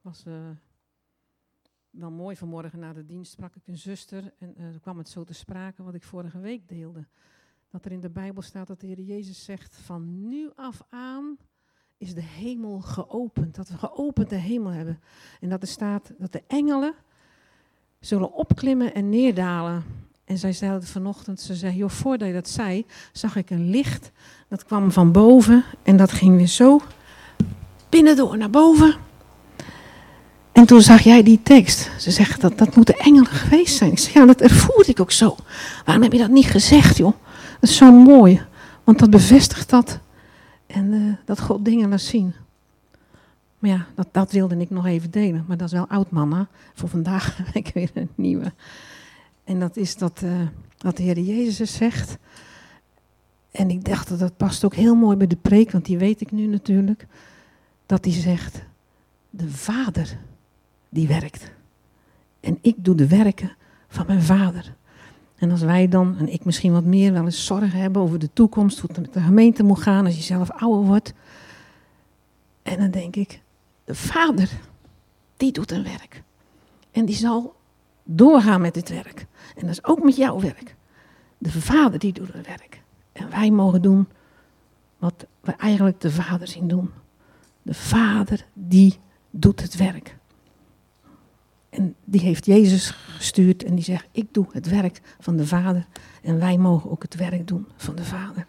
was wel mooi. Vanmorgen na de dienst sprak ik een zuster en toen kwam het zo te sprake wat ik vorige week deelde. Dat er in de Bijbel staat dat de Heer Jezus zegt, van nu af aan is de hemel geopend. Dat we geopend de hemel hebben. En dat er staat dat de engelen zullen opklimmen en neerdalen. En zij zei het vanochtend, ze zei, joh, voordat je dat zei, zag ik een licht. Dat kwam van boven en dat ging weer zo binnendoor naar boven. En toen zag jij die tekst. Ze zegt, dat moeten engelen geweest zijn. Ik zei, ja, dat ervoerde ik ook zo. Waarom heb je dat niet gezegd, joh? Dat is zo mooi, want dat bevestigt dat. En dat God dingen laat zien. Maar ja, dat wilde ik nog even delen. Maar dat is wel oud, mama. Voor vandaag heb ik weer een nieuwe. En dat is dat de Heer Jezus zegt. En ik dacht dat past ook heel mooi bij de preek, want die weet ik nu natuurlijk. Dat hij zegt, de Vader die werkt. En ik doe de werken van mijn Vader. En als wij dan, en ik misschien wat meer, wel eens zorgen hebben over de toekomst, hoe het met de gemeente moet gaan als je zelf ouder wordt. En dan denk ik, de Vader, die doet een werk. En die zal doorgaan met dit werk. En dat is ook met jouw werk. De Vader die doet het werk. En wij mogen doen wat we eigenlijk de Vader zien doen. De Vader die doet het werk. En die heeft Jezus gestuurd en die zegt, ik doe het werk van de Vader. En wij mogen ook het werk doen van de Vader.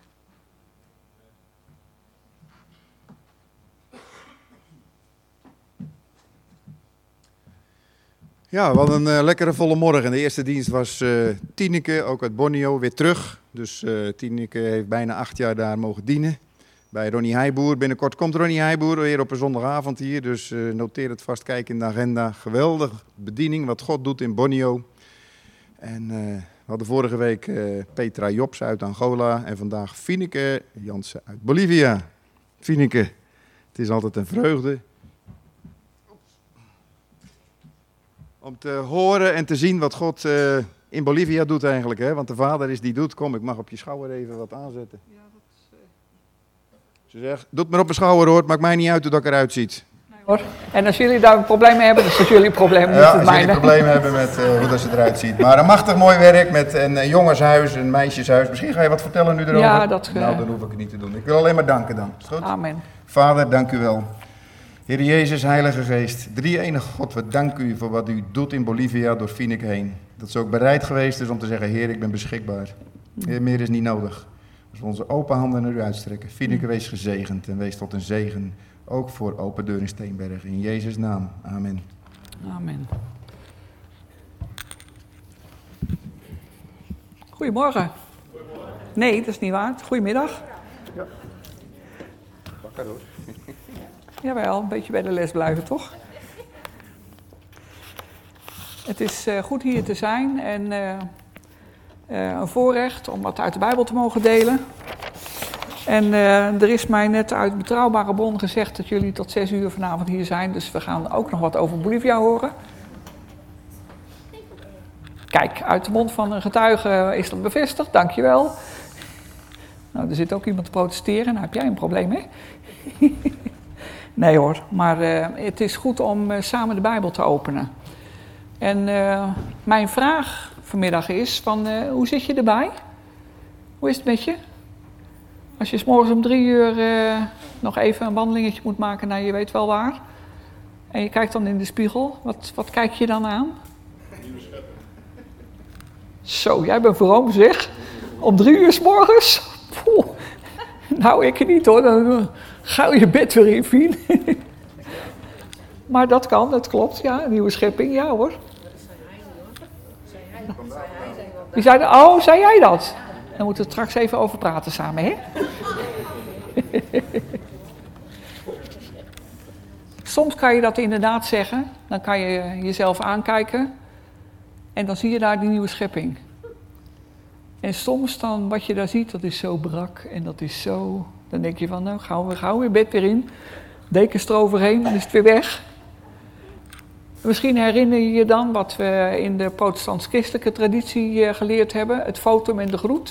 Ja, we hadden een lekkere volle morgen. De eerste dienst was Tineke, ook uit Borneo, weer terug. Dus Tineke heeft bijna 8 jaar daar mogen dienen. Bij Ronnie Heijboer. Binnenkort komt Ronnie Heijboer weer op een zondagavond hier. Dus noteer het vast, kijk in de agenda. Geweldig bediening wat God doet in Borneo. En we hadden vorige week Petra Jobs uit Angola. En vandaag Fineke Jansen uit Bolivia. Fineke, het is altijd een vreugde om te horen en te zien wat God in Bolivia doet eigenlijk. Hè? Want de Vader is die doet. Kom, ik mag op je schouder even wat aanzetten. Ja, dat is, Ze zegt, doe het maar op mijn schouder hoor, het maakt mij niet uit hoe dat ik eruit ziet. Nee hoor. En als jullie daar problemen hebben, dan is het jullie probleem. Ja, als jullie problemen hebben met hoe dat ze eruit ziet. Maar een machtig mooi werk met een jongenshuis, een meisjeshuis. Misschien ga je wat vertellen nu erover? Ja, dat Nou, dan hoef ik het niet te doen. Ik wil alleen maar danken dan. Is goed? Amen. Vader, dank u wel. Heer Jezus, Heilige Geest, drie-enige God, we danken u voor wat u doet in Bolivia door Fineke heen. Dat ze ook bereid geweest is om te zeggen, Heer, ik ben beschikbaar. Heer, meer is niet nodig. Als we onze open handen naar u uitstrekken. Fineke, wees gezegend en wees tot een zegen. Ook voor Open Deur in Steenberg. In Jezus' naam. Amen. Amen. Goedemorgen. Nee, dat is niet waar. Goedemiddag. Ja. Wakker hoor. Jawel, een beetje bij de les blijven, toch? Het is goed hier te zijn en een voorrecht om wat uit de Bijbel te mogen delen. En er is mij net uit betrouwbare bron gezegd dat jullie tot 6 uur vanavond hier zijn. Dus we gaan ook nog wat over Bolivia horen. Kijk, uit de mond van een getuige is dat bevestigd, dankjewel. Nou, er zit ook iemand te protesteren. Nou, heb jij een probleem, hè? Nee hoor, maar het is goed om samen de Bijbel te openen. En mijn vraag vanmiddag is, hoe zit je erbij? Hoe is het met je? Als je 's morgens om 3 uur nog even een wandelingetje moet maken naar je weet wel waar. En je kijkt dan in de spiegel, wat kijk je dan aan? Zo, jij bent vroom zeg. Om 3 uur 's morgens? Poeh. Nou, ik niet hoor, dan ga je bed weer in, Fien. Maar dat kan, dat klopt, ja, een nieuwe schepping, ja hoor. Wie zei dat? Oh, zei jij dat? Dan moeten we het straks even over praten samen, hè? Soms kan je dat inderdaad zeggen, dan kan je jezelf aankijken en dan zie je daar die nieuwe schepping. En soms dan, wat je daar ziet, dat is zo brak en dat is zo... Dan denk je van, nou, gauw weer bed weer in. Dekens eroverheen, dan is het weer weg. Misschien herinner je je dan wat we in de protestants-christelijke traditie geleerd hebben. Het votum en de groet.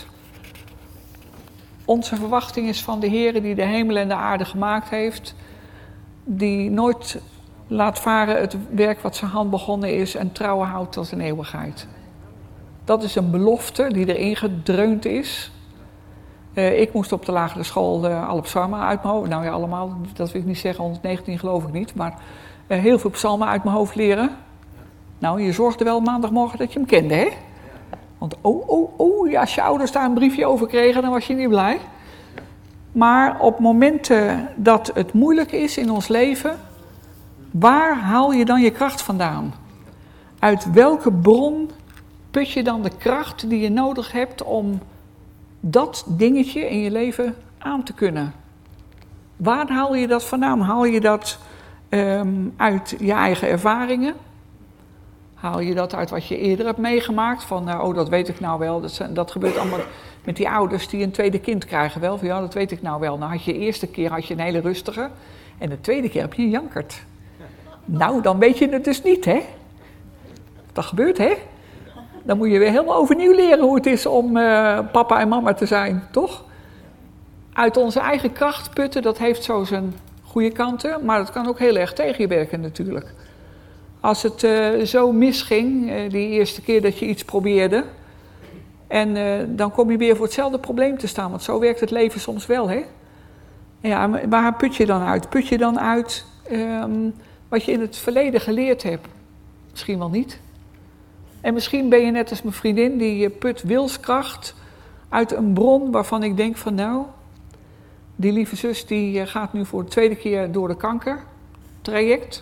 Onze verwachting is van de Heer die de hemel en de aarde gemaakt heeft. Die nooit laat varen het werk wat zijn hand begonnen is en trouw houdt tot een eeuwigheid. Dat is een belofte die erin gedreund is. Ik moest op de lagere school alle psalmen uit mijn hoofd... Nou ja, allemaal, dat wil ik niet zeggen, 119 geloof ik niet... maar heel veel psalmen uit mijn hoofd leren. Nou, je zorgde wel maandagmorgen dat je hem kende, hè? Want ja, als je ouders daar een briefje over kregen, dan was je niet blij. Maar op momenten dat het moeilijk is in ons leven... waar haal je dan je kracht vandaan? Uit welke bron put je dan de kracht die je nodig hebt om dat dingetje in je leven aan te kunnen? Waar haal je dat vandaan? Haal je dat uit je eigen ervaringen? Haal je dat uit wat je eerder hebt meegemaakt? Van, dat weet ik nou wel. Dat gebeurt allemaal met die ouders die een tweede kind krijgen wel. Van, ja, dat weet ik nou wel. Nou had je de eerste keer een hele rustige. En de tweede keer heb je een jankert. Nou, dan weet je het dus niet, hè? Dat gebeurt, hè? Dan moet je weer helemaal overnieuw leren hoe het is om papa en mama te zijn, toch? Uit onze eigen kracht putten, dat heeft zo zijn goede kanten. Maar dat kan ook heel erg tegen je werken natuurlijk. Als het zo misging, die eerste keer dat je iets probeerde... en dan kom je weer voor hetzelfde probleem te staan. Want zo werkt het leven soms wel, hè? Ja, waar put je dan uit? Put je dan uit wat je in het verleden geleerd hebt? Misschien wel niet. En misschien ben je net als mijn vriendin, die put wilskracht uit een bron waarvan ik denk van nou... die lieve zus die gaat nu voor de tweede keer door de kankertraject...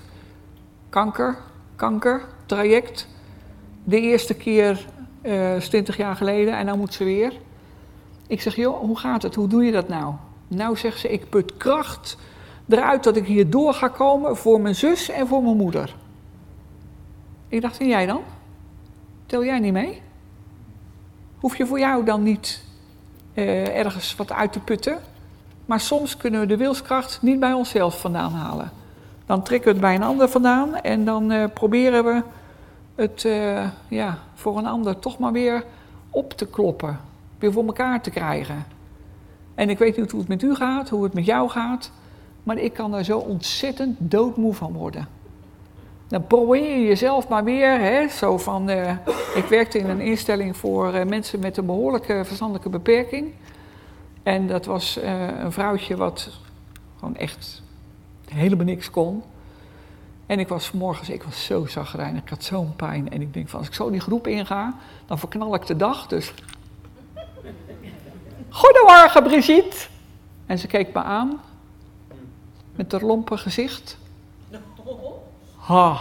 Kankertraject. De eerste keer is 20 jaar geleden en nou moet ze weer. Ik zeg, joh, hoe gaat het? Hoe doe je dat nou? Nou, zegt ze, ik put kracht eruit dat ik hier door ga komen voor mijn zus en voor mijn moeder. Ik dacht, en jij dan? Tel jij niet mee? Hoef je voor jou dan niet ergens wat uit te putten? Maar soms kunnen we de wilskracht niet bij onszelf vandaan halen. Dan trekken we het bij een ander vandaan en dan proberen we het voor een ander toch maar weer op te kloppen. Weer voor elkaar te krijgen. En ik weet niet hoe het met u gaat, hoe het met jou gaat. Maar ik kan er zo ontzettend doodmoe van worden. Dan probeer je jezelf maar weer, hè, zo van... ik werkte in een instelling voor mensen met een behoorlijke verstandelijke beperking. En dat was een vrouwtje wat gewoon echt helemaal niks kon. En ik was 's morgens zo chagrijnig, ik had zo'n pijn. En ik denk van, als ik zo die groep inga, dan verknal ik de dag. Dus... Goedemorgen, Brigitte. En ze keek me aan, met haar lompe gezicht. Ha.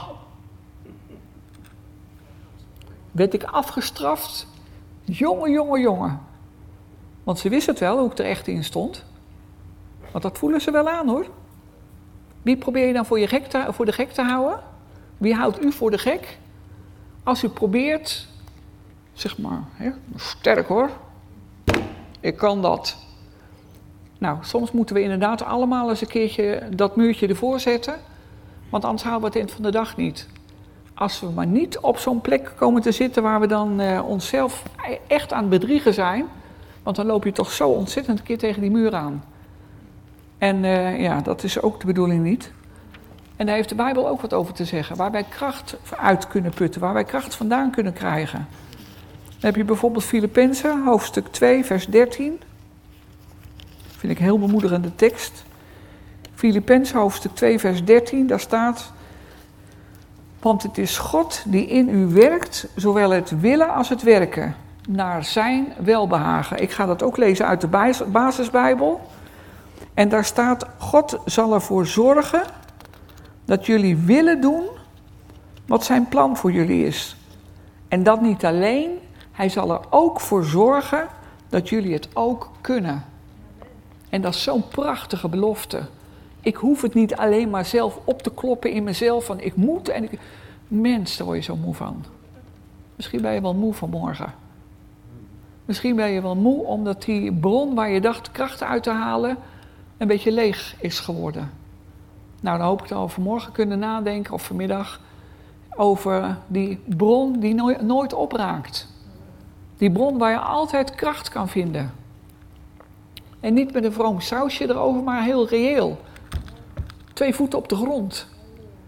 Werd ik afgestraft? Jongen. Want ze wist het wel, hoe ik er echt in stond. Want dat voelen ze wel aan, hoor. Wie probeer je dan voor de gek te houden? Wie houdt u voor de gek? Als u probeert, zeg maar, hè, sterk hoor. Ik kan dat. Nou, soms moeten we inderdaad allemaal eens een keertje dat muurtje ervoor zetten. Want anders halen we het eind van de dag niet. Als we maar niet op zo'n plek komen te zitten waar we dan onszelf echt aan het bedriegen zijn. Want dan loop je toch zo ontzettend een keer tegen die muur aan. En dat is ook de bedoeling niet. En daar heeft de Bijbel ook wat over te zeggen. Waar wij kracht uit kunnen putten. Waar wij kracht vandaan kunnen krijgen. Dan heb je bijvoorbeeld Filippenzen, hoofdstuk 2, vers 13. Vind ik een heel bemoedigende tekst. Filippenzen, hoofdstuk 2, vers 13. Daar staat... Want het is God die in u werkt, zowel het willen als het werken. Naar zijn welbehagen. Ik ga dat ook lezen uit de basisbijbel. En daar staat, God zal ervoor zorgen dat jullie willen doen wat zijn plan voor jullie is. En dat niet alleen, hij zal er ook voor zorgen dat jullie het ook kunnen. En dat is zo'n prachtige belofte. Ik hoef het niet alleen maar zelf op te kloppen in mezelf van ik moet en ik... Mens, daar word je zo moe van. Misschien ben je wel moe vanmorgen. Misschien ben je wel moe omdat die bron waar je dacht krachten uit te halen een beetje leeg is geworden. Nou, dan hoop ik dat we vanmorgen kunnen nadenken of vanmiddag over die bron die nooit opraakt. Die bron waar je altijd kracht kan vinden. En niet met een vroom sausje erover, maar heel reëel. 2 voeten op de grond.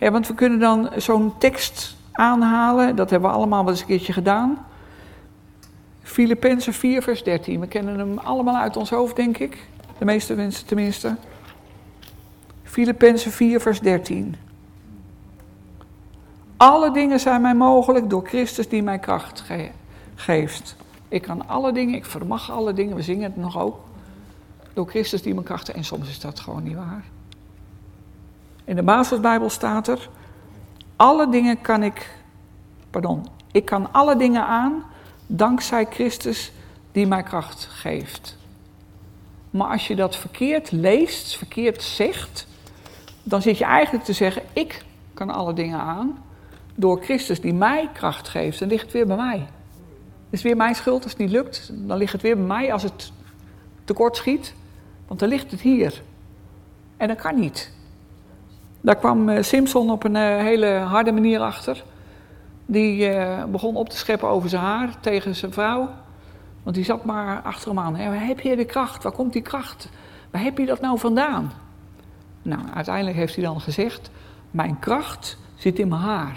Want we kunnen dan zo'n tekst aanhalen. Dat hebben we allemaal wel eens een keertje gedaan. Filippenzen 4 vers 13. We kennen hem allemaal uit ons hoofd, denk ik. De meeste mensen tenminste. Filippenzen 4 vers 13. Alle dingen zijn mij mogelijk door Christus die mij kracht geeft. Ik kan alle dingen, ik vermag alle dingen. We zingen het nog ook. Door Christus die me kracht. En soms is dat gewoon niet waar. In de basisbijbel staat er. Ik kan alle dingen aan. Dankzij Christus die mij kracht geeft. Maar als je dat verkeerd leest, verkeerd zegt. Dan zit je eigenlijk te zeggen. Ik kan alle dingen aan. Door Christus die mij kracht geeft. Dan ligt het weer bij mij. Het is weer mijn schuld als het niet lukt. Dan ligt het weer bij mij als het tekort schiet. Want dan ligt het hier. En dat kan niet. Daar kwam Simpson op een hele harde manier achter. Die begon op te scheppen over zijn haar tegen zijn vrouw. Want die zat maar achter hem aan. Waar heb je de kracht? Waar komt die kracht? Waar heb je dat nou vandaan? Nou, uiteindelijk heeft hij dan gezegd. Mijn kracht zit in mijn haar.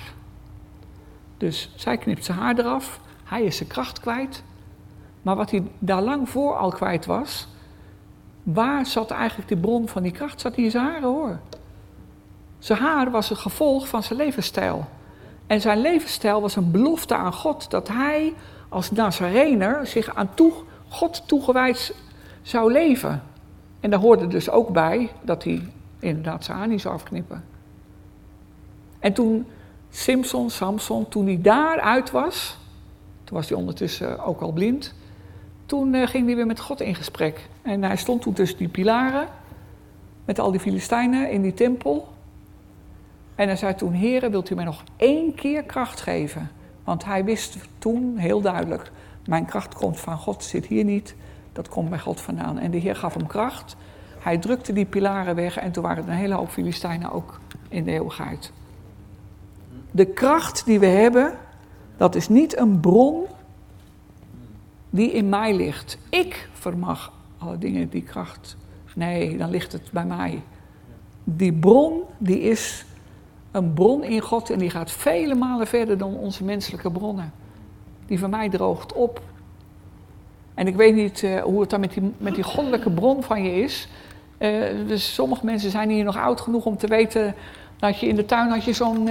Dus zij knipt zijn haar eraf. Hij is zijn kracht kwijt. Maar wat hij daar lang voor al kwijt was. Waar zat eigenlijk de bron van die kracht? Zat hij in zijn haren, hoor. Zijn haar was een gevolg van zijn levensstijl. En zijn levensstijl was een belofte aan God. Dat hij als Nazarener zich aan God toegewijd zou leven. En daar hoorde dus ook bij dat hij inderdaad zijn haar niet zou afknippen. En toen Samson, toen hij daaruit was. Toen was hij ondertussen ook al blind. Toen ging hij weer met God in gesprek. En hij stond toen tussen die pilaren. Met al die Filistijnen in die tempel. En hij zei toen, Heere, wilt u mij nog 1 keer kracht geven? Want hij wist toen heel duidelijk, mijn kracht komt van God, zit hier niet. Dat komt bij God vandaan. En de Heer gaf hem kracht. Hij drukte die pilaren weg en toen waren er een hele hoop Filistijnen ook in de eeuwigheid. De kracht die we hebben, dat is niet een bron die in mij ligt. Ik vermag alle dingen, die kracht. Nee, dan ligt het bij mij. Die bron, die is een bron in God en die gaat vele malen verder dan onze menselijke bronnen. Die van mij droogt op. En ik weet niet hoe het dan met die goddelijke bron van je is. Dus sommige mensen zijn hier nog oud genoeg om te weten dat je in de tuin had je zo'n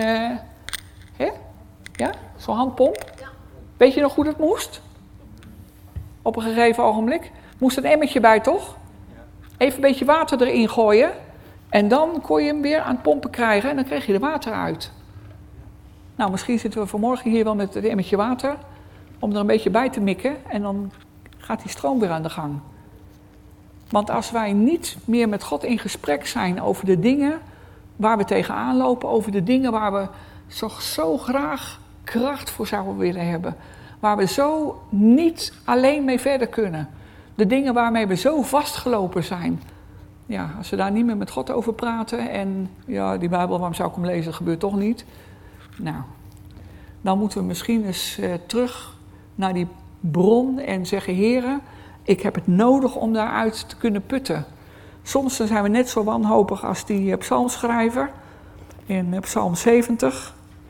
zo'n handpomp. Ja. Weet je nog hoe dat moest? Op een gegeven ogenblik. Moest een emmertje bij, toch? Even een beetje water erin gooien. En dan kon je hem weer aan het pompen krijgen en dan kreeg je er water uit. Nou, misschien zitten we vanmorgen hier wel met het emmertje water. Om er een beetje bij te mikken en dan gaat die stroom weer aan de gang. Want als wij niet meer met God in gesprek zijn over de dingen waar we tegenaan lopen. Over de dingen waar we zo graag kracht voor zouden willen hebben. Waar we zo niet alleen mee verder kunnen. De dingen waarmee we zo vastgelopen zijn. Ja, als we daar niet meer met God over praten en ja, die Bijbel, waarom zou ik hem lezen, dat gebeurt toch niet. Nou, dan moeten we misschien eens terug naar die bron en zeggen, Heere, ik heb het nodig om daaruit te kunnen putten. Soms dan zijn we net zo wanhopig als die psalmschrijver in Psalm 70.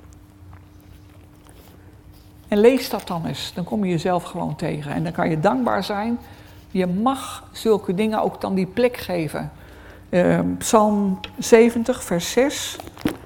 En lees dat dan eens, dan kom je jezelf gewoon tegen. En dan kan je dankbaar zijn. Je mag zulke dingen ook dan die plek geven. Psalm 70, vers 6.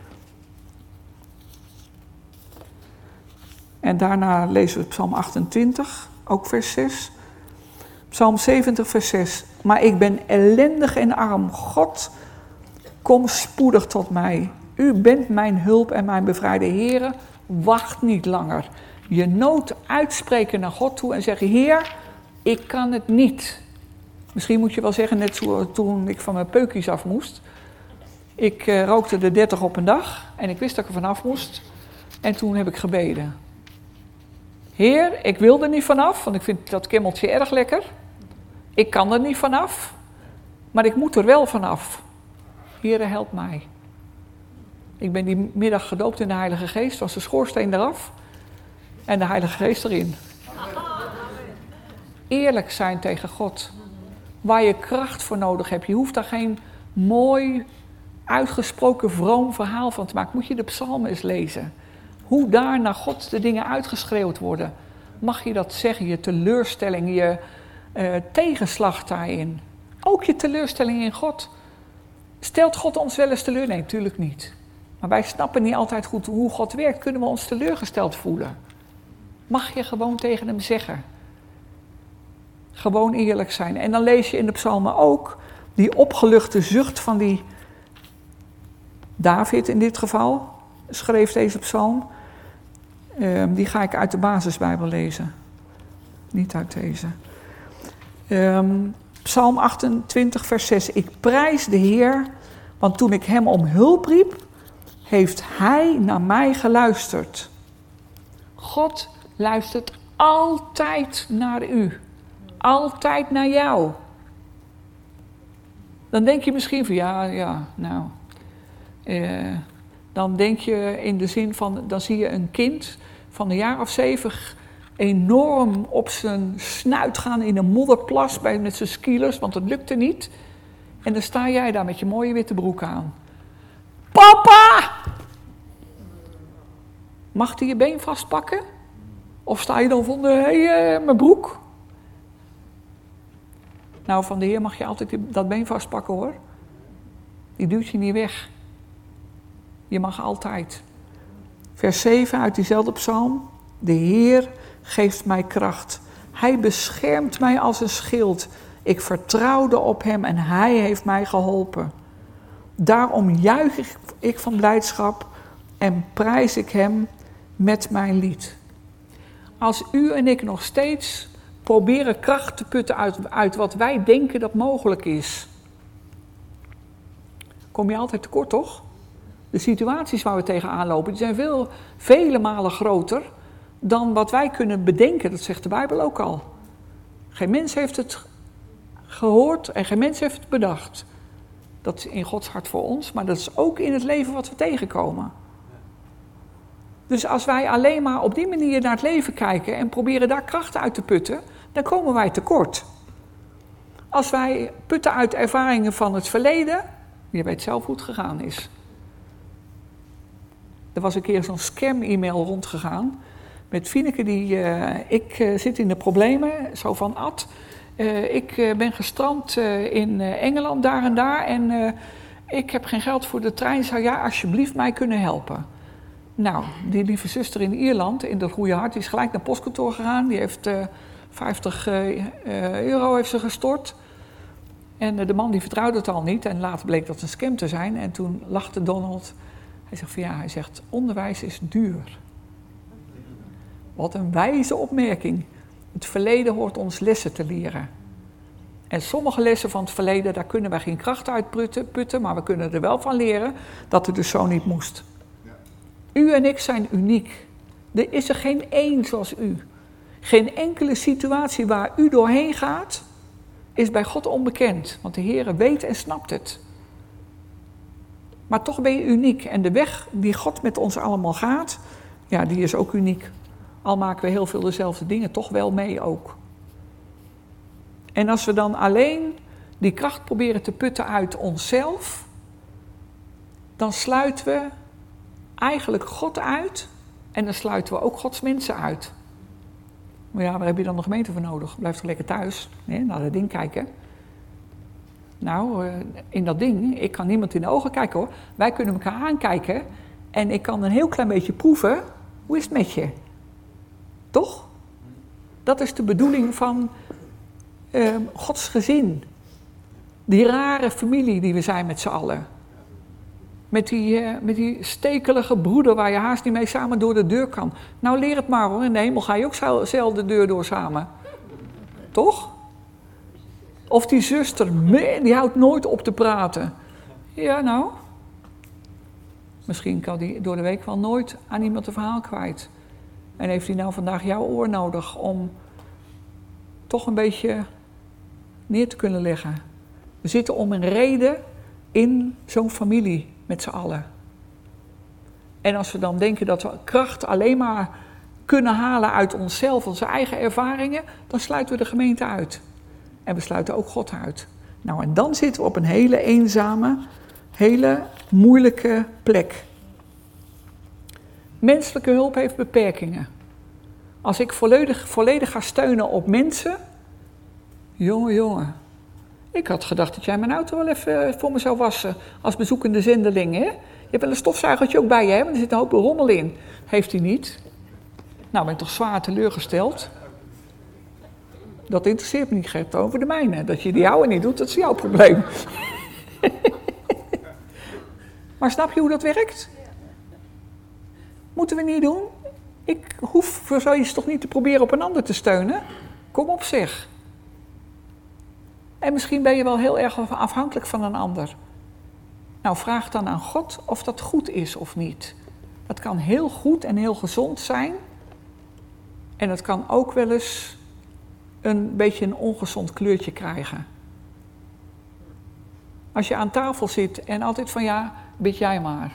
En daarna lezen we Psalm 28, ook vers 6. Psalm 70, vers 6. Maar ik ben ellendig en arm. God, kom spoedig tot mij. U bent mijn hulp en mijn bevrijde Heere. Wacht niet langer. Je nood uitspreken naar God toe en zeggen, Heer, ik kan het niet. Misschien moet je wel zeggen, net zoals toen ik van mijn peukjes af moest. Ik rookte er 30 op een dag en ik wist dat ik er vanaf moest. En toen heb ik gebeden. Heer, ik wil er niet vanaf, want ik vind dat kimmeltje erg lekker. Ik kan er niet vanaf, maar ik moet er wel vanaf. Heere, help mij. Ik ben die middag gedoopt in de Heilige Geest, was de schoorsteen eraf en de Heilige Geest erin. Eerlijk zijn tegen God. Waar je kracht voor nodig hebt. Je hoeft daar geen mooi uitgesproken vroom verhaal van te maken. Moet je de psalmen eens lezen. Hoe daar naar God de dingen uitgeschreeuwd worden. Mag je dat zeggen, je teleurstelling, je tegenslag daarin. Ook je teleurstelling in God. Stelt God ons wel eens teleur? Nee, natuurlijk niet. Maar wij snappen niet altijd goed hoe God werkt. Kunnen we ons teleurgesteld voelen? Mag je gewoon tegen hem zeggen. Gewoon eerlijk zijn. En dan lees je in de psalmen ook die opgeluchte zucht van die David in dit geval. Schreef deze psalm. Die ga ik uit de basisbijbel lezen. Niet uit deze. Psalm 28 vers 6. Ik prijs de Heer, want toen ik hem om hulp riep, heeft hij naar mij geluisterd. God luistert altijd naar u. Altijd naar jou. Dan denk je misschien van dan denk je in de zin van, dan zie je een kind van een jaar of 7 enorm op zijn snuit gaan in een modderplas met zijn skilers, want het lukte niet. En dan sta jij daar met je mooie witte broek aan. Papa! Mag hij je been vastpakken? Of sta je dan van, mijn broek? Nou, van de Heer mag je altijd dat been vastpakken, hoor. Die duwt je niet weg. Je mag altijd. Vers 7 uit diezelfde psalm. De Heer geeft mij kracht. Hij beschermt mij als een schild. Ik vertrouwde op hem en hij heeft mij geholpen. Daarom juich ik van blijdschap en prijs ik hem met mijn lied. Als u en ik nog steeds proberen kracht te putten uit wat wij denken dat mogelijk is, kom je altijd tekort, toch? De situaties waar we tegenaan lopen, die zijn vele malen groter dan wat wij kunnen bedenken. Dat zegt de Bijbel ook al. Geen mens heeft het gehoord en geen mens heeft het bedacht. Dat is in Gods hart voor ons, maar dat is ook in het leven wat we tegenkomen. Dus als wij alleen maar op die manier naar het leven kijken en proberen daar krachten uit te putten, dan komen wij tekort. Als wij putten uit ervaringen van het verleden, je weet zelf hoe het gegaan is. Er was een keer zo'n scam-e-mail rondgegaan met Fieneke ik zit in de problemen, zo van Ad. Ik ben gestrand in Engeland, daar en daar, en ik heb geen geld voor de trein. Zou jij alsjeblieft mij kunnen helpen? Nou, die lieve zuster in Ierland, in dat goede hart, die is gelijk naar het postkantoor gegaan. Die heeft 50 euro heeft ze gestort. En de man die vertrouwde het al niet. En later bleek dat een scam te zijn. En toen lachte Donald. Hij zegt, onderwijs is duur. Wat een wijze opmerking. Het verleden hoort ons lessen te leren. En sommige lessen van het verleden, daar kunnen wij geen kracht uit putten, maar we kunnen er wel van leren dat het dus zo niet moest. U en ik zijn uniek. Er is er geen één zoals u. Geen enkele situatie waar u doorheen gaat, is bij God onbekend. Want de Heere weet en snapt het. Maar toch ben je uniek. En de weg die God met ons allemaal gaat, ja, die is ook uniek. Al maken we heel veel dezelfde dingen toch wel mee ook. En als we dan alleen die kracht proberen te putten uit onszelf, dan sluiten we eigenlijk God uit en dan sluiten we ook Gods mensen uit. Maar ja, waar heb je dan de gemeente voor nodig? Blijf toch lekker thuis, naar dat ding kijken. Nou, in dat ding, ik kan niemand in de ogen kijken, hoor. Wij kunnen elkaar aankijken en ik kan een heel klein beetje proeven, hoe is het met je? Toch? Dat is de bedoeling van Gods gezin. Die rare familie die we zijn met z'n allen. Met die stekelige broeder waar je haast niet mee samen door de deur kan. Nou, leer het maar, hoor. In de hemel ga je ook zelf de deur door samen. Toch? Of die zuster, die houdt nooit op te praten. Ja, nou. Misschien kan die door de week wel nooit aan iemand een verhaal kwijt. En heeft hij nou vandaag jouw oor nodig om toch een beetje neer te kunnen leggen. We zitten om een reden in zo'n familie met z'n allen. En als we dan denken dat we kracht alleen maar kunnen halen uit onszelf, onze eigen ervaringen, dan sluiten we de gemeente uit. En we sluiten ook God uit. Nou, en dan zitten we op een hele eenzame, hele moeilijke plek. Menselijke hulp heeft beperkingen. Als ik volledig ga steunen op mensen... Jongen. Ik had gedacht dat jij mijn auto wel even voor me zou wassen als bezoekende zendeling, hè? Je hebt wel een stofzuigertje ook bij je, hè? Want er zit een hoop rommel in. Heeft hij niet. Nou, ben ik toch zwaar teleurgesteld. Dat interesseert me niet, Gert, over de mijne. Dat je die jouwe niet doet, dat is jouw probleem. Maar snap je hoe dat werkt? Moeten we niet doen? Ik hoef voor zoiets toch niet te proberen op een ander te steunen? Kom op, zeg. En misschien ben je wel heel erg afhankelijk van een ander. Nou, vraag dan aan God of dat goed is of niet. Dat kan heel goed en heel gezond zijn. En het kan ook wel eens een beetje een ongezond kleurtje krijgen. Als je aan tafel zit en altijd van ja, bid jij maar.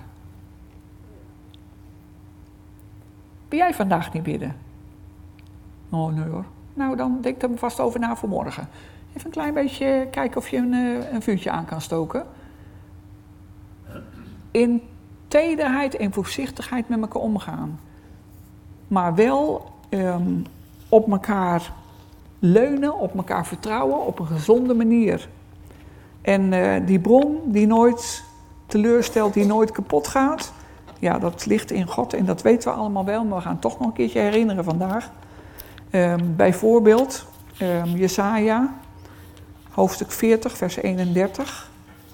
Wil jij vandaag niet bidden? Oh nee hoor. Nou, dan denk er vast over na voor morgen. Even een klein beetje kijken of je een vuurtje aan kan stoken. In tederheid en voorzichtigheid met elkaar omgaan. Maar wel op elkaar leunen, op elkaar vertrouwen, op een gezonde manier. En die bron die nooit teleurstelt, die nooit kapot gaat... ja, dat ligt in God en dat weten we allemaal wel... maar we gaan het toch nog een keertje herinneren vandaag. Bijvoorbeeld Jesaja, hoofdstuk 40, vers 31...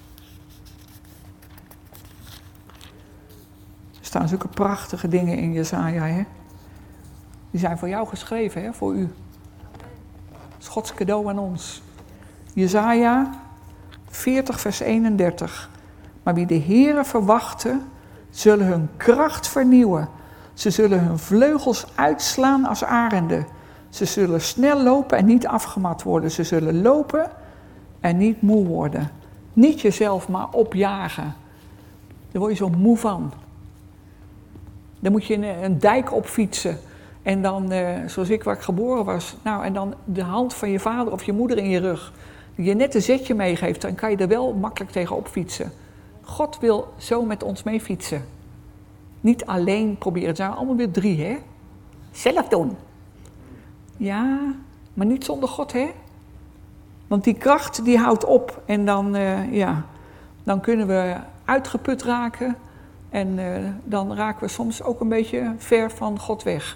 Er staan zulke prachtige dingen in Jesaja, hè? Die zijn voor jou geschreven, hè? Voor u. Het is Gods cadeau aan ons. Jesaja 40, vers 31. Maar wie de Heere verwachten, zullen hun kracht vernieuwen. Ze zullen hun vleugels uitslaan als arenden. Ze zullen snel lopen en niet afgemat worden. Ze zullen lopen en niet moe worden. Niet jezelf maar opjagen. Daar word je zo moe van. Dan moet je een dijk opfietsen. En dan, zoals ik waar ik geboren was, nou, en dan de hand van je vader of je moeder in je rug, die je net een zetje meegeeft, dan kan je er wel makkelijk tegen opfietsen. God wil zo met ons mee fietsen. Niet alleen proberen, het zijn allemaal weer 3, hè? Zelf doen. Ja, maar niet zonder God, hè? Want die kracht, die houdt op. En dan, dan kunnen we uitgeput raken. En dan raken we soms ook een beetje ver van God weg.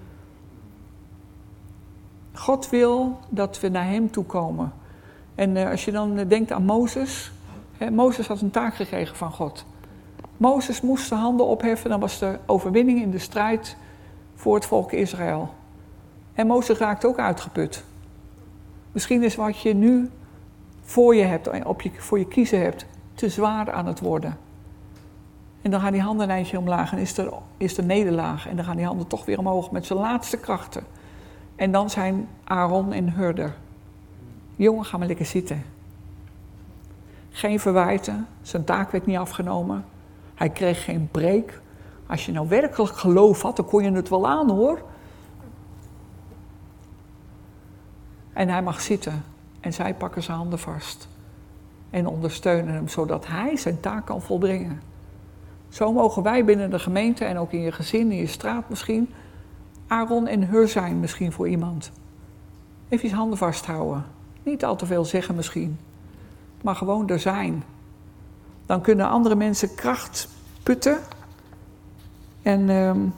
God wil dat we naar hem toe komen. En als je dan denkt aan Mozes. Mozes had een taak gekregen van God. Mozes moest de handen opheffen, dan was de overwinning in de strijd voor het volk Israël. En Mozes raakte ook uitgeput. Misschien is wat je nu voor je hebt, voor je kiezen hebt, te zwaar aan het worden. En dan gaan die handen een eindje omlaag en is er nederlaag. En dan gaan die handen toch weer omhoog met zijn laatste krachten. En dan zijn Aaron en Hurder. Jongen, ga maar lekker zitten. Geen verwijten, zijn taak werd niet afgenomen. Hij kreeg geen preek. Als je nou werkelijk geloof had, dan kon je het wel aan, hoor. En hij mag zitten. En zij pakken zijn handen vast. En ondersteunen hem, zodat hij zijn taak kan volbrengen. Zo mogen wij binnen de gemeente en ook in je gezin, in je straat misschien, Aaron en Hur zijn misschien voor iemand. Even je handen vasthouden. Niet al te veel zeggen misschien. Maar gewoon er zijn. Dan kunnen andere mensen kracht putten. En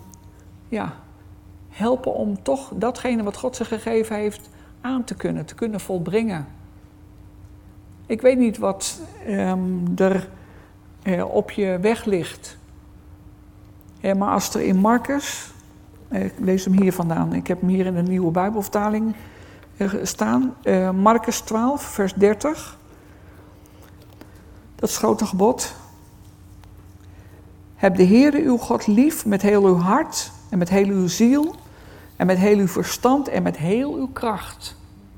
helpen om toch datgene wat God ze gegeven heeft aan te kunnen volbrengen. Ik weet niet wat er op je weg ligt. Maar als er in Marcus, ik lees hem hier vandaan, ik heb hem hier in de nieuwe Bijbelvertaling staan. Marcus 12, vers 30. Dat is het grote gebod. Heb de Heere uw God lief met heel uw hart en met heel uw ziel en met heel uw verstand en met heel uw kracht.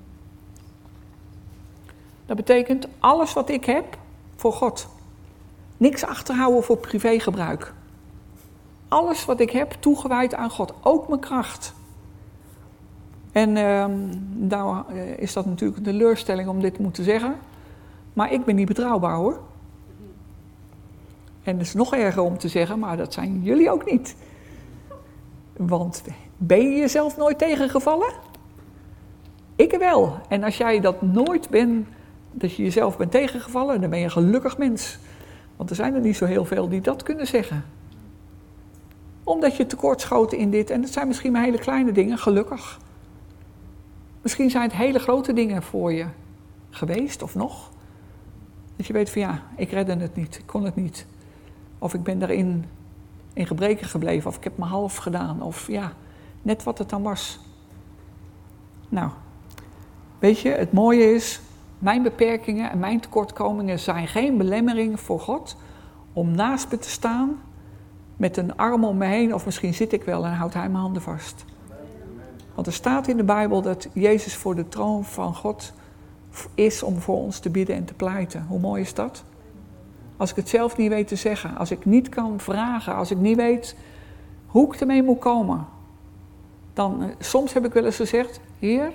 Dat betekent alles wat ik heb voor God. Niks achterhouden voor privégebruik. Alles wat ik heb toegewijd aan God, ook mijn kracht. En nou is dat natuurlijk een teleurstelling om dit te moeten zeggen. Maar ik ben niet betrouwbaar, hoor. En het is nog erger om te zeggen, maar dat zijn jullie ook niet. Want ben je jezelf nooit tegengevallen? Ik wel. En als jij dat nooit bent, dat je jezelf bent tegengevallen, dan ben je een gelukkig mens. Want er zijn er niet zo heel veel die dat kunnen zeggen. Omdat je tekortschoten in dit, en het zijn misschien maar hele kleine dingen, gelukkig. Misschien zijn het hele grote dingen voor je geweest, of nog. Dat je weet van ja, ik redde het niet, ik kon het niet. Of ik ben daarin in gebreken gebleven, of ik heb me half gedaan. Of ja, net wat het dan was. Nou, weet je, het mooie is, mijn beperkingen en mijn tekortkomingen zijn geen belemmering voor God om naast me te staan met een arm om me heen, of misschien zit ik wel en houdt hij mijn handen vast. Want er staat in de Bijbel dat Jezus voor de troon van God is om voor ons te bidden en te pleiten. Hoe mooi is dat? Als ik het zelf niet weet te zeggen, als ik niet kan vragen, als ik niet weet hoe ik ermee moet komen. Dan, soms heb ik wel eens gezegd, Heer,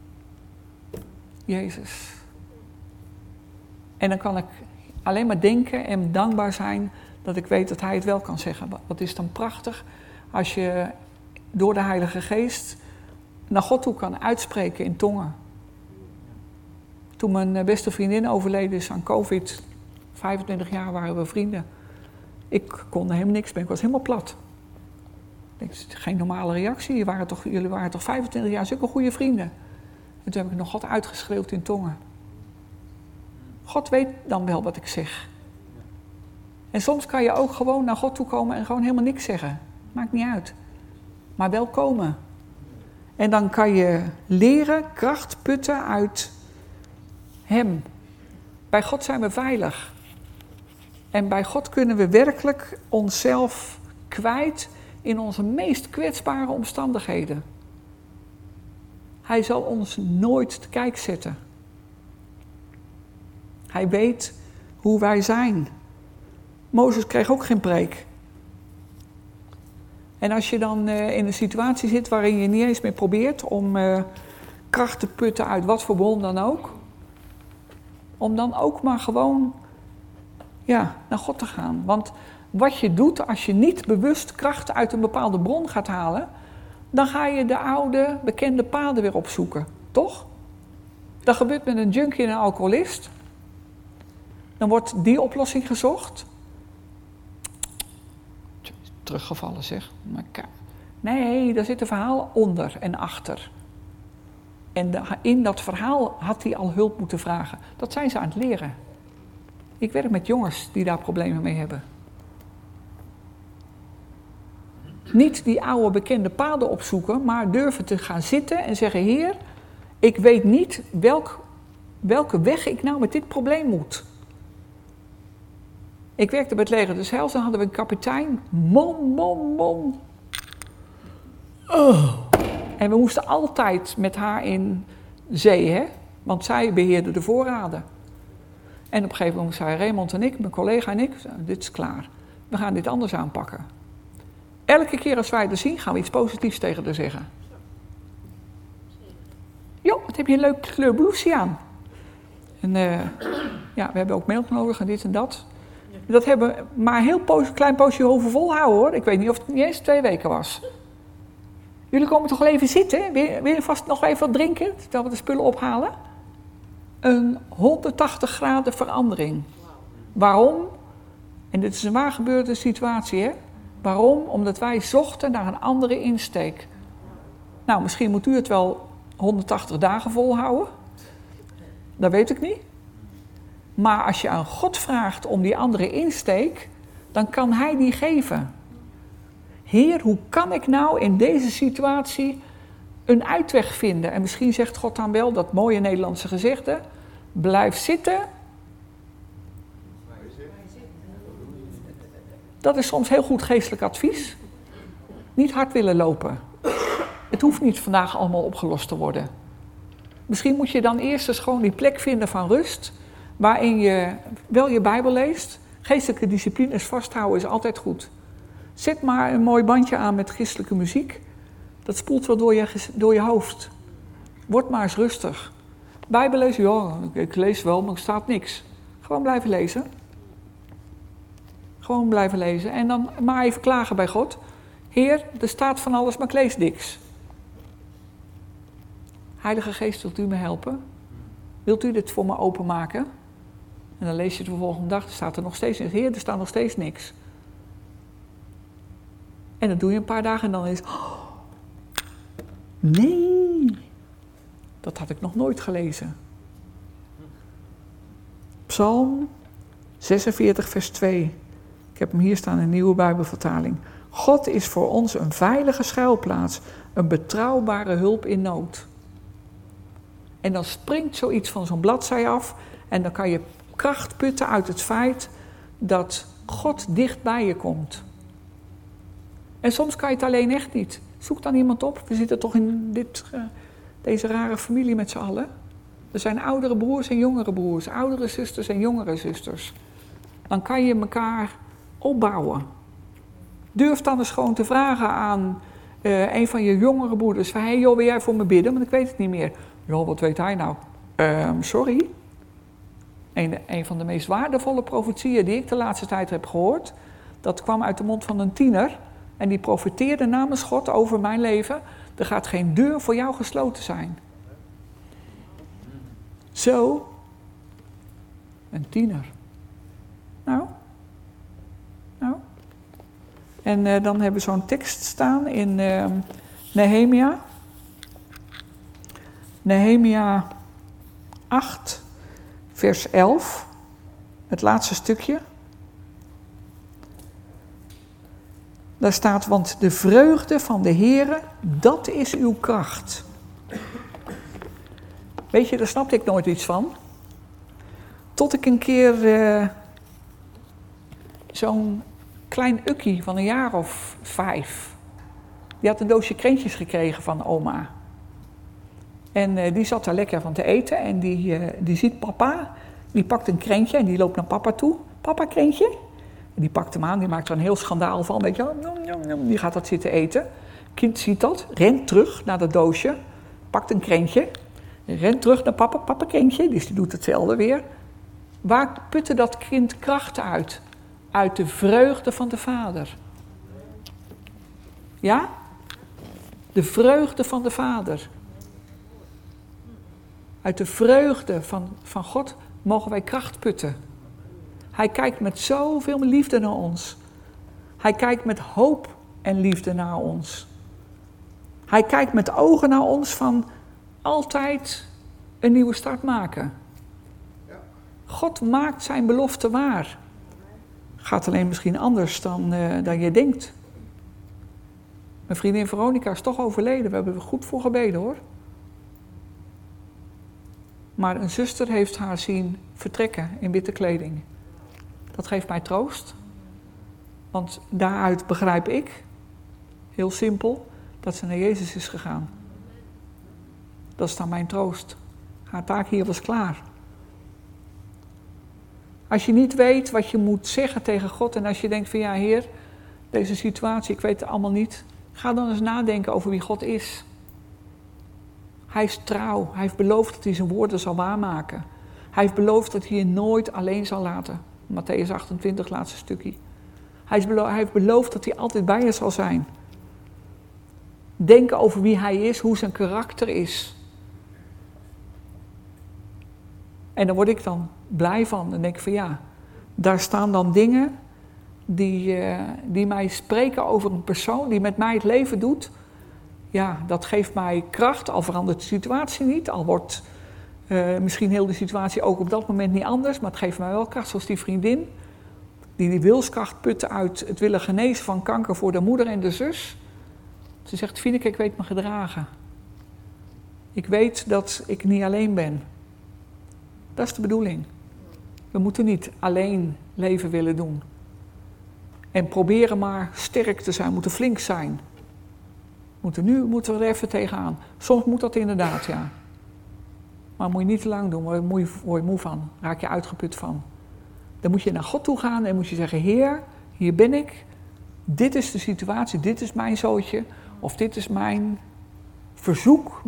Jezus. En dan kan ik alleen maar denken en dankbaar zijn dat ik weet dat hij het wel kan zeggen. Wat is dan prachtig als je door de Heilige Geest naar God toe kan uitspreken in tongen. Toen mijn beste vriendin overleden is aan COVID, 25 jaar waren we vrienden. Ik kon hem niks meer, ik was helemaal plat. Ik denk, geen normale reactie, jullie waren toch 25 jaar zulke goede vrienden. En toen heb ik nog God uitgeschreeuwd in tongen. God weet dan wel wat ik zeg. En soms kan je ook gewoon naar God toe komen en gewoon helemaal niks zeggen. Maakt niet uit. Maar wel komen. En dan kan je leren kracht putten uit Hem. Bij God zijn we veilig. En bij God kunnen we werkelijk onszelf kwijt in onze meest kwetsbare omstandigheden. Hij zal ons nooit te kijk zetten. Hij weet hoe wij zijn. Mozes kreeg ook geen preek. En als je dan in een situatie zit waarin je niet eens meer probeert om kracht te putten uit wat voor bron dan ook. Om dan ook maar gewoon naar God te gaan. Want wat je doet als je niet bewust kracht uit een bepaalde bron gaat halen, dan ga je de oude bekende paden weer opzoeken. Toch? Dat gebeurt met een junkie en een alcoholist. Dan wordt die oplossing gezocht. Teruggevallen zeg. Nee, daar zit een verhaal onder en achter. En in dat verhaal had hij al hulp moeten vragen. Dat zijn ze aan het leren. Ik werk met jongens die daar problemen mee hebben. Niet die oude bekende paden opzoeken, maar durven te gaan zitten en zeggen, Heer, ik weet niet welke weg ik nou met dit probleem moet. Ik werkte bij het leger des Heils en hadden we een kapitein. Mon. Oh. En we moesten altijd met haar in zee, hè? Want zij beheerde de voorraden. En op een gegeven moment zei Raymond en ik, mijn collega en ik, dit is klaar. We gaan dit anders aanpakken. Elke keer als wij er zien, gaan we iets positiefs tegen haar zeggen. Jo, wat heb je een leuk kleur blouseje aan. En we hebben ook melk nodig en dit en dat. Dat hebben we maar een heel klein poosje hoeven volhouden hoor. Ik weet niet of het niet eens 2 weken was. Jullie komen toch wel even zitten? Wil je vast nog even wat drinken, terwijl we de spullen ophalen? Een 180 graden verandering. Waarom? En dit is een waar gebeurde situatie, hè? Waarom? Omdat wij zochten naar een andere insteek. Nou, misschien moet u het wel 180 dagen volhouden. Dat weet ik niet. Maar als je aan God vraagt om die andere insteek, dan kan Hij die geven. Heer, hoe kan ik nou in deze situatie een uitweg vinden? En misschien zegt God dan wel dat mooie Nederlandse gezegde, blijf zitten. Dat is soms heel goed geestelijk advies. Niet hard willen lopen. Het hoeft niet vandaag allemaal opgelost te worden. Misschien moet je dan eerst eens gewoon die plek vinden van rust, waarin je wel je Bijbel leest. Geestelijke disciplines vasthouden is altijd goed. Zet maar een mooi bandje aan met christelijke muziek. Dat spoelt wel door je hoofd. Word maar eens rustig. Bijbel lezen, ja, ik lees wel, maar er staat niks. Gewoon blijven lezen. Gewoon blijven lezen. En dan maar even klagen bij God. Heer, er staat van alles, maar ik lees niks. Heilige Geest, wilt u me helpen? Wilt u dit voor me openmaken? En dan lees je het de volgende dag, er staat er nog steeds niks. Heer, er staat nog steeds niks. En dat doe je een paar dagen en dan is... Oh, nee, dat had ik nog nooit gelezen. Psalm 46 vers 2. Ik heb hem hier staan in een nieuwe Bijbelvertaling. God is voor ons een veilige schuilplaats, een betrouwbare hulp in nood. En dan springt zoiets van zo'n bladzij af en dan kan je kracht putten uit het feit dat God dicht bij je komt. En soms kan je het alleen echt niet. Zoek dan iemand op. We zitten toch in deze rare familie met z'n allen. Er zijn oudere broers en jongere broers, oudere zusters en jongere zusters. Dan kan je elkaar opbouwen. Durf dan eens gewoon te vragen aan een van je jongere broeders. Van, hey joh, wil jij voor me bidden? Want ik weet het niet meer. Joh, wat weet hij nou? Sorry. Een van de meest waardevolle profetieën die ik de laatste tijd heb gehoord, dat kwam uit de mond van een tiener. En die profeteerde namens God over mijn leven. Er gaat geen deur voor jou gesloten zijn. Zo. Een tiener. Nou. En dan hebben we zo'n tekst staan in Nehemia. Nehemia 8, vers 11. Het laatste stukje. Daar staat, want de vreugde van de Heere, dat is uw kracht. Weet je, daar snapte ik nooit iets van. Tot ik een keer zo'n klein ukkie van een jaar of 5. Die had een doosje krentjes gekregen van oma. En die zat daar lekker van te eten en die ziet papa. Die pakt een krentje en die loopt naar papa toe. Papa, krentje? En die pakt hem aan, die maakt er een heel schandaal van. Weet je, die gaat dat zitten eten. Kind ziet dat, rent terug naar dat doosje. Pakt een krentje. Rent terug naar papa, papa krentje. Dus die doet hetzelfde weer. Waar putte dat kind kracht uit? Uit de vreugde van de vader. Ja? De vreugde van de vader. Uit de vreugde van God mogen wij kracht putten. Hij kijkt met zoveel liefde naar ons. Hij kijkt met hoop en liefde naar ons. Hij kijkt met ogen naar ons van altijd een nieuwe start maken. God maakt zijn belofte waar. Gaat alleen misschien anders dan je denkt. Mijn vriendin Veronica is toch overleden. We hebben er goed voor gebeden hoor. Maar een zuster heeft haar zien vertrekken in witte kleding. Dat geeft mij troost. Want daaruit begrijp ik, heel simpel, dat ze naar Jezus is gegaan. Dat is dan mijn troost. Haar taak hier was klaar. Als je niet weet wat je moet zeggen tegen God en als je denkt van ja Heer, deze situatie, ik weet het allemaal niet. Ga dan eens nadenken over wie God is. Hij is trouw. Hij heeft beloofd dat hij zijn woorden zal waarmaken. Hij heeft beloofd dat hij je nooit alleen zal laten. Mattheüs 28, laatste stukje. Hij heeft beloofd dat hij altijd bij je zal zijn. Denk over wie hij is, hoe zijn karakter is. En daar word ik dan blij van. Dan denk ik van ja, daar staan dan dingen die mij spreken over een persoon die met mij het leven doet. Ja, dat geeft mij kracht, al verandert de situatie niet. Al wordt misschien heel de situatie ook op dat moment niet anders. Maar het geeft mij wel kracht, zoals die vriendin. Die wilskracht putte uit het willen genezen van kanker voor de moeder en de zus. Ze zegt, Fieneke, ik weet me gedragen. Ik weet dat ik niet alleen ben. Dat is de bedoeling. We moeten niet alleen leven willen doen. En proberen maar sterk te zijn, we moeten flink zijn. Nu moeten we er even tegenaan. Soms moet dat inderdaad, ja. Maar moet je niet te lang doen, word je moe van. Raak je uitgeput van. Dan moet je naar God toe gaan en moet je zeggen, Heer, hier ben ik. Dit is de situatie, dit is mijn zootje. Of dit is mijn verzoek,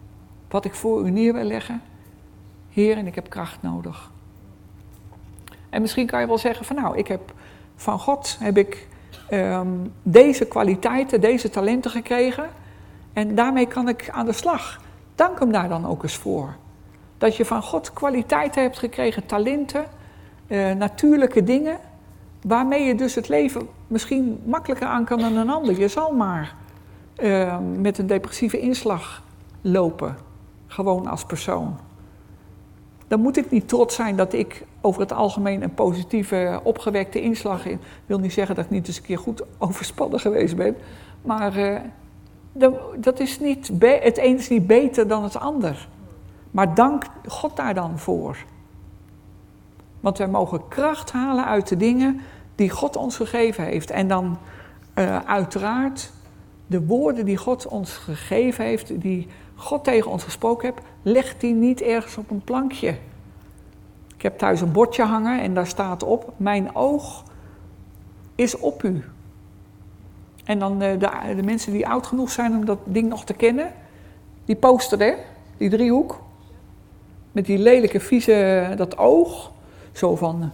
wat ik voor u neer wil leggen. Heer, en ik heb kracht nodig. En misschien kan je wel zeggen van nou, van God heb ik deze kwaliteiten, deze talenten gekregen. En daarmee kan ik aan de slag. Dank hem daar dan ook eens voor. Dat je van God kwaliteiten hebt gekregen, talenten, natuurlijke dingen. Waarmee je dus het leven misschien makkelijker aan kan dan een ander. Je zal maar met een depressieve inslag lopen. Gewoon als persoon. Dan moet ik niet trots zijn dat ik over het algemeen een positieve, opgewekte inslag in. Ik wil niet zeggen dat ik niet eens een keer goed overspannen geweest ben. Maar dat is niet het een is niet beter dan het ander. Maar dank God daar dan voor. Want wij mogen kracht halen uit de dingen die God ons gegeven heeft. En dan uiteraard de woorden die God ons gegeven heeft, die God tegen ons gesproken heeft, legt die niet ergens op een plankje. Ik heb thuis een bordje hangen en daar staat op, mijn oog is op u. En dan de mensen die oud genoeg zijn om dat ding nog te kennen, die poster, hè, die driehoek, met die lelijke, vieze, dat oog, zo van.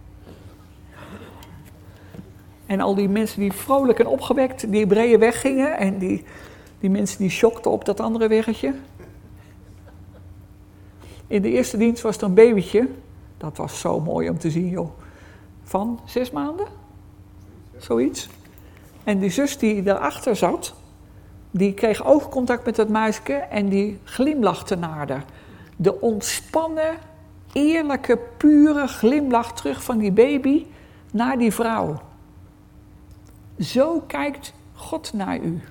En al die mensen die vrolijk en opgewekt die Hebreeën weggingen en die mensen die shockten op dat andere weggetje. In de eerste dienst was er een babytje, dat was zo mooi om te zien, joh, van 6 maanden, zoiets. En die zus die daarachter zat, die kreeg oogcontact met dat meisje en die glimlachte naar haar. De ontspannen, eerlijke, pure glimlach terug van die baby naar die vrouw. Zo kijkt God naar u.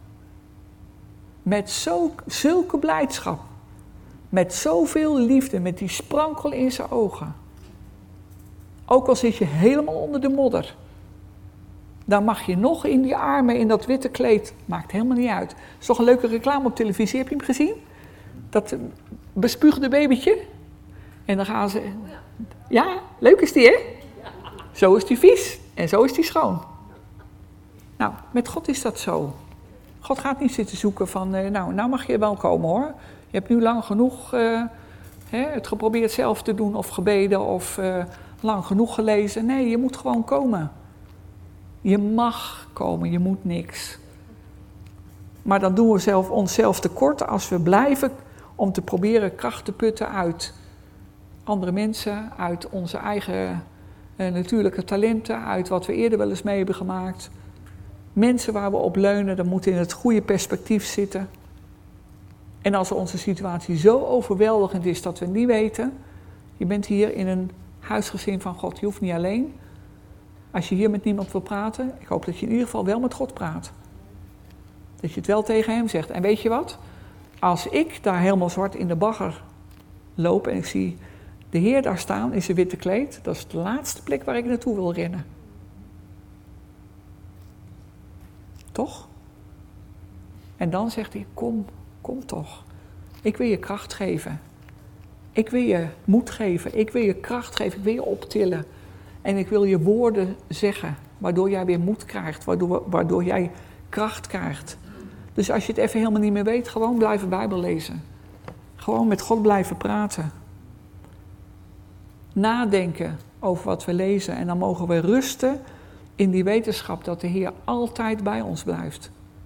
Met zulke blijdschap. Met zoveel liefde, met die sprankel in zijn ogen. Ook al zit je helemaal onder de modder. Dan mag je nog in die armen, in dat witte kleed. Maakt helemaal niet uit. Het is toch een leuke reclame op televisie, heb je hem gezien? Dat bespuugde babytje. En dan gaan ze... Ja, leuk is die, hè? Zo is die vies en zo is die schoon. Nou, met God is dat zo. God gaat niet zitten zoeken van, nou mag je wel komen hoor. Je hebt nu lang genoeg het geprobeerd zelf te doen of gebeden of lang genoeg gelezen. Nee, je moet gewoon komen. Je mag komen, je moet niks. Maar dan doen we onszelf tekort als we blijven om te proberen kracht te putten uit andere mensen, uit onze eigen natuurlijke talenten, uit wat we eerder wel eens mee hebben gemaakt. Mensen waar we op leunen, dat moet in het goede perspectief zitten. En als onze situatie zo overweldigend is dat we niet weten, je bent hier in een huisgezin van God, je hoeft niet alleen. Als je hier met niemand wil praten, ik hoop dat je in ieder geval wel met God praat. Dat je het wel tegen hem zegt. En weet je wat? Als ik daar helemaal zwart in de bagger loop en ik zie de Heer daar staan in zijn witte kleed, dat is de laatste plek waar ik naartoe wil rennen. Toch? En dan zegt hij, kom toch. Ik wil je kracht geven. Ik wil je moed geven. Ik wil je kracht geven. Ik wil je optillen. En ik wil je woorden zeggen, waardoor jij weer moed krijgt. Waardoor jij kracht krijgt. Dus als je het even helemaal niet meer weet, gewoon blijven Bijbel lezen. Gewoon met God blijven praten. Nadenken over wat we lezen. En dan mogen we rusten in die wetenschap dat de Heer altijd bij ons blijft.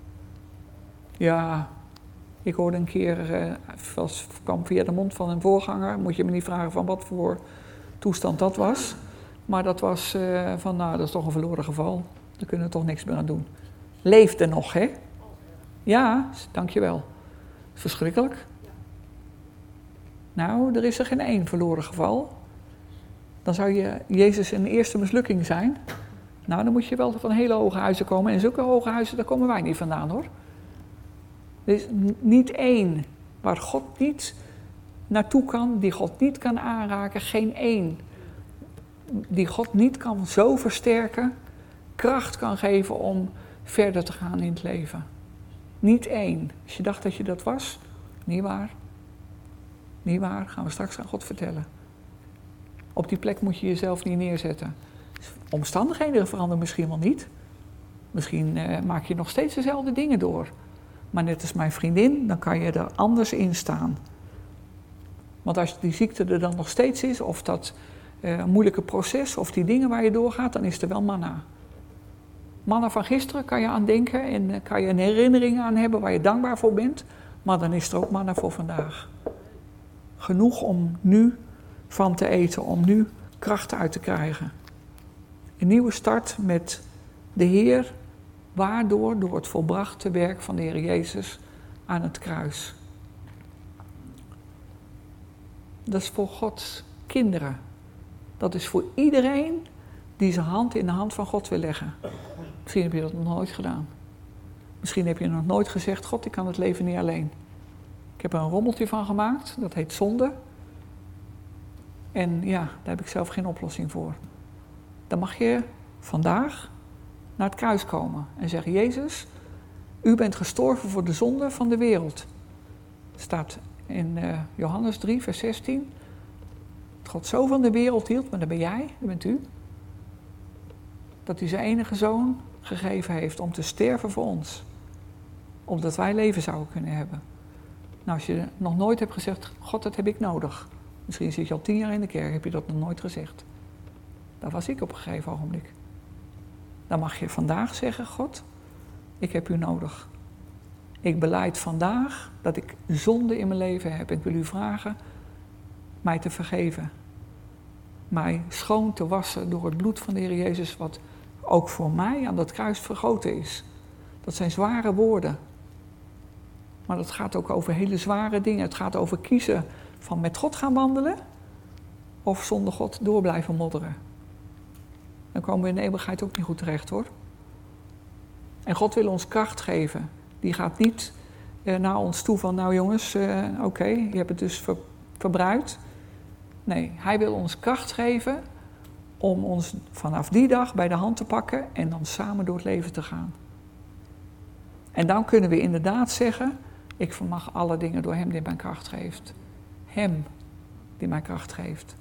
Ja, ik hoorde een keer, kwam via de mond van een voorganger, moet je me niet vragen van wat voor toestand dat was. Maar dat was dat is toch een verloren geval. Daar kunnen we toch niks meer aan doen. Leefde nog, hè? Ja, dankjewel. Verschrikkelijk. Nou, er is er geen één verloren geval. Dan zou je Jezus een eerste mislukking zijn. Nou, dan moet je wel van hele hoge huizen komen. En zulke hoge huizen, daar komen wij niet vandaan, hoor. Er is niet één waar God niet naartoe kan, die God niet kan aanraken. Geen één die God niet kan zo versterken, kracht kan geven om verder te gaan in het leven. Niet één. Als je dacht dat je dat was, niet waar. Niet waar, gaan we straks aan God vertellen. Op die plek moet je jezelf niet neerzetten. Omstandigheden veranderen misschien wel niet. Misschien maak je nog steeds dezelfde dingen door. Maar net als mijn vriendin, dan kan je er anders in staan. Want als die ziekte er dan nog steeds is, of dat een moeilijke proces of die dingen waar je doorgaat, dan is er wel manna. Manna van gisteren kan je aan denken en kan je een herinnering aan hebben waar je dankbaar voor bent. Maar dan is er ook manna voor vandaag. Genoeg om nu van te eten, om nu kracht uit te krijgen. Een nieuwe start met de Heer, waardoor door het volbrachte werk van de Heer Jezus aan het kruis. Dat is voor Gods kinderen. Dat is voor iedereen die zijn hand in de hand van God wil leggen. Misschien heb je dat nog nooit gedaan. Misschien heb je nog nooit gezegd, God, ik kan het leven niet alleen. Ik heb er een rommeltje van gemaakt, dat heet zonde. En ja, daar heb ik zelf geen oplossing voor. Dan mag je vandaag naar het kruis komen en zeggen, Jezus, u bent gestorven voor de zonde van de wereld. Het staat in Johannes 3, vers 16. Dat God zo van de wereld hield, maar dat ben jij, dat bent u. Dat hij zijn enige zoon gegeven heeft om te sterven voor ons. Opdat wij leven zouden kunnen hebben. Nou, als je nog nooit hebt gezegd, God, dat heb ik nodig. Misschien zit je al 10 jaar in de kerk, heb je dat nog nooit gezegd. Daar was ik op een gegeven ogenblik. Dan mag je vandaag zeggen, God, ik heb u nodig. Ik belijd vandaag dat ik zonde in mijn leven heb. Ik wil u vragen mij te vergeven. Mij schoon te wassen door het bloed van de Heer Jezus, wat ook voor mij aan dat kruis vergoten is. Dat zijn zware woorden. Maar dat gaat ook over hele zware dingen. Het gaat over kiezen van met God gaan wandelen of zonder God door blijven modderen. Dan komen we in de eeuwigheid ook niet goed terecht, hoor. En God wil ons kracht geven. Die gaat niet naar ons toe van, nou jongens, oké, je hebt het dus verbruikt. Nee, hij wil ons kracht geven om ons vanaf die dag bij de hand te pakken en dan samen door het leven te gaan. En dan kunnen we inderdaad zeggen, ik vermag alle dingen door hem die mij kracht geeft. Hem die mij kracht geeft.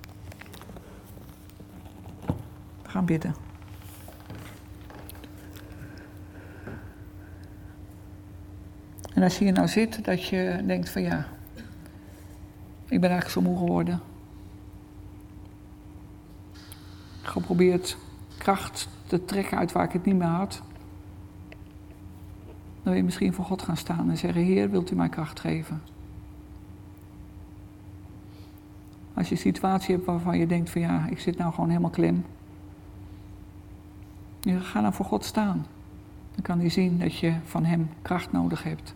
We gaan bidden. En als je hier nou zit, dat je denkt van ja, ik ben eigenlijk zo moe geworden. Geprobeerd kracht te trekken uit waar ik het niet meer had. Dan wil je misschien voor God gaan staan en zeggen, Heer, wilt u mij kracht geven? Als je een situatie hebt waarvan je denkt van ja, ik zit nou gewoon helemaal klem. Ga dan voor God staan. Dan kan hij zien dat je van hem kracht nodig hebt.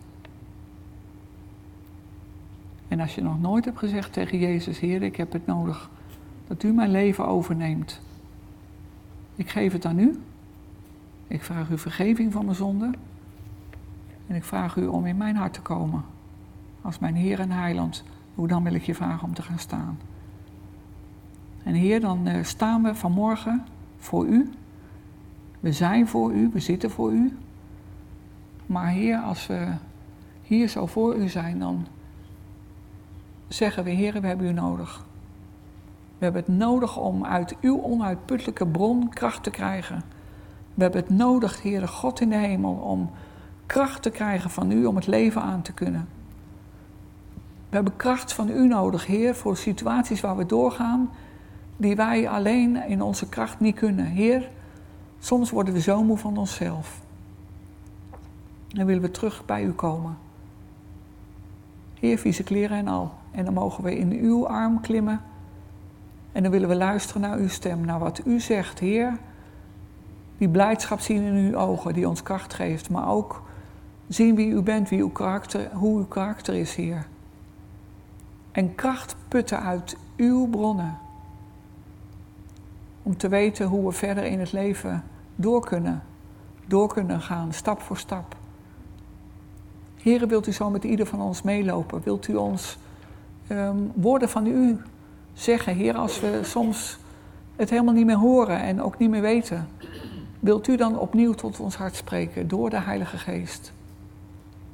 En als je nog nooit hebt gezegd tegen Jezus, Heer, ik heb het nodig dat u mijn leven overneemt. Ik geef het aan u. Ik vraag u vergeving van mijn zonde. En ik vraag u om in mijn hart te komen. Als mijn Heer en Heiland, hoe dan wil ik je vragen om te gaan staan. En Heer, dan staan we vanmorgen voor u. We zijn voor u, we zitten voor u. Maar Heer, als we hier zo voor u zijn, dan zeggen we, Heer, we hebben u nodig. We hebben het nodig om uit uw onuitputtelijke bron kracht te krijgen. We hebben het nodig, Heere God in de hemel, om kracht te krijgen van u, om het leven aan te kunnen. We hebben kracht van u nodig, Heer, voor situaties waar we doorgaan, die wij alleen in onze kracht niet kunnen. Heer, soms worden we zo moe van onszelf. En willen we terug bij u komen. Heer, vieze kleren en al. En dan mogen we in uw arm klimmen. En dan willen we luisteren naar uw stem, naar wat u zegt, Heer. Die blijdschap zien in uw ogen, die ons kracht geeft. Maar ook zien wie u bent, wie uw karakter, hoe uw karakter is, Heer. En kracht putten uit uw bronnen. Om te weten hoe we verder in het leven door kunnen gaan, stap voor stap. Heere, wilt u zo met ieder van ons meelopen? Wilt u ons woorden van u zeggen? Heer, als we soms het helemaal niet meer horen en ook niet meer weten, wilt u dan opnieuw tot ons hart spreken door de Heilige Geest?